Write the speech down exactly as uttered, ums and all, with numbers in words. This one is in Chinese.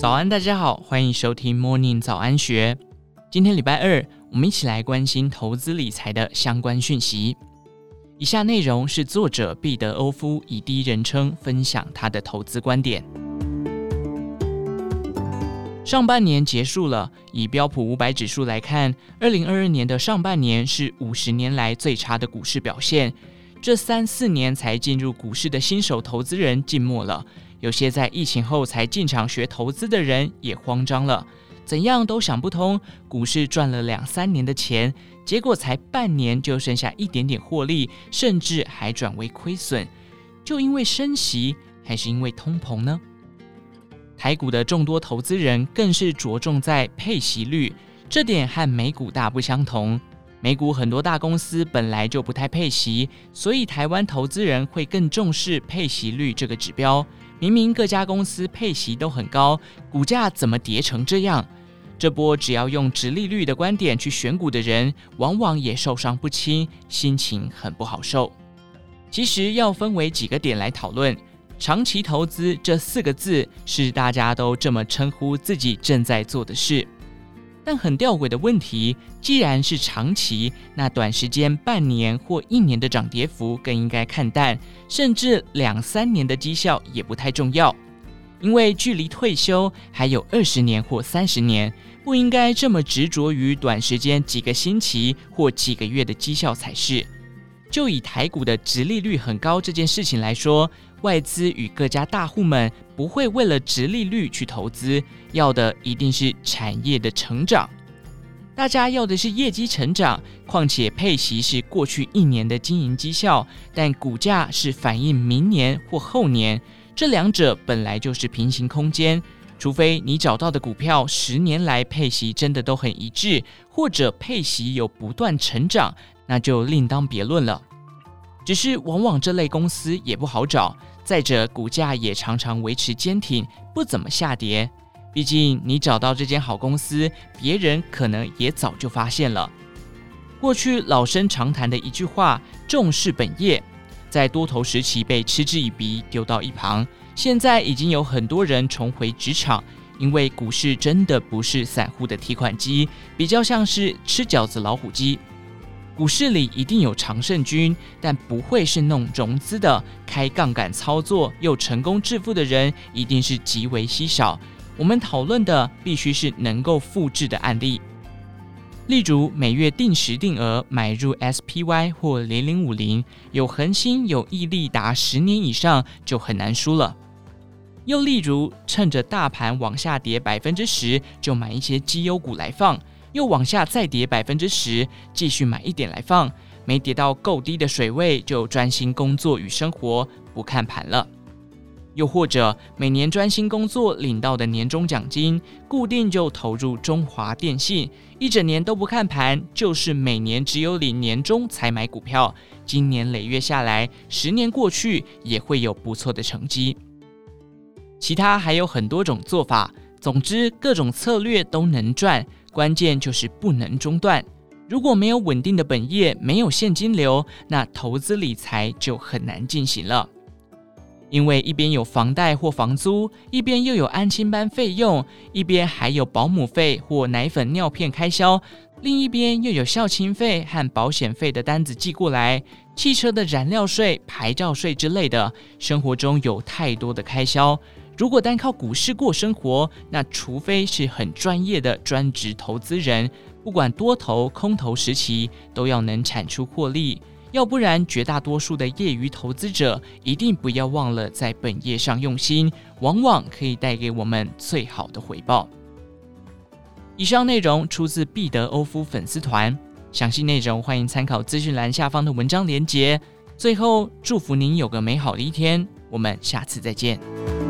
早安，大家好，欢迎收听 Morning 早安学。今天礼拜二，我们一起来关心投资理财的相关讯息。以下内容是作者毕德欧夫以第一人称分享他的投资观点。上半年结束了，以标普五百指数来看，二零二二年的上半年是五十年来最差的股市表现。这三四年才进入股市的新手投资人静默了，有些在疫情后才进场学投资的人也慌张了，怎样都想不通，股市赚了两三年的钱，结果才半年就剩下一点点获利，甚至还转为亏损，就因为升息还是因为通膨呢？台股的众多投资人更是着重在配息率，这点和美股大不相同。美股很多大公司本来就不太配息，所以台湾投资人会更重视配息率这个指标。明明各家公司配息都很高，股价怎么跌成这样？这波只要用殖利率的观点去选股的人，往往也受伤不轻，心情很不好受。其实要分为几个点来讨论。长期投资这四个字是大家都这么称呼自己正在做的事。但很吊诡的问题，既然是长期，那短时间半年或一年的涨跌幅更应该看淡，甚至两三年的绩效也不太重要。因为距离退休还有二十年或三十年，不应该这么执着于短时间几个星期或几个月的绩效才是。就以台股的殖利率很高这件事情来说，外资与各家大户们不会为了殖利率去投资，要的一定是产业的成长。大家要的是业绩成长，况且配息是过去一年的经营绩效，但股价是反映明年或后年，这两者本来就是平行空间。除非你找到的股票十年来配息真的都很一致，或者配息有不断成长，那就另当别论了。只是往往这类公司也不好找，再者股价也常常维持坚挺，不怎么下跌。毕竟你找到这间好公司，别人可能也早就发现了。过去老生常谈的一句话，重视本业，在多头时期被嗤之以鼻，丢到一旁。现在已经有很多人重回职场，因为股市真的不是散户的提款机，比较像是吃饺子老虎机。股市里一定有常胜军，但不会是弄融资的，开杠杆操作又成功致富的人一定是极为稀少。我们讨论的必须是能够复制的案例，例如每月定时定额买入 S P Y 或零零五零，有恒心有毅力达十年以上就很难输了。又例如趁着大盘往下跌 百分之十 就买一些绩优股来放，又往下再跌 百分之十 继续买一点来放，没跌到够低的水位就专心工作与生活，不看盘了。又或者每年专心工作领到的年终奖金，固定就投入中华电信，一整年都不看盘，就是每年只有领年终才买股票，经年累月下来，十年过去也会有不错的成绩。其他还有很多种做法，总之各种策略都能赚，关键就是不能中断。如果没有稳定的本业，没有现金流，那投资理财就很难进行了。因为一边有房贷或房租，一边又有安亲班费用，一边还有保姆费或奶粉尿片开销，另一边又有孝亲费和保险费的单子寄过来，汽车的燃料税、牌照税之类的，生活中有太多的开销。如果单靠股市过生活，那除非是很专业的专职投资人，不管多头空头时期都要能产出获利，要不然绝大多数的业余投资者一定不要忘了在本业上用心，往往可以带给我们最好的回报。以上内容出自毕德欧夫粉丝团，详细内容欢迎参考资讯栏下方的文章连结。最后祝福您有个美好的一天，我们下次再见。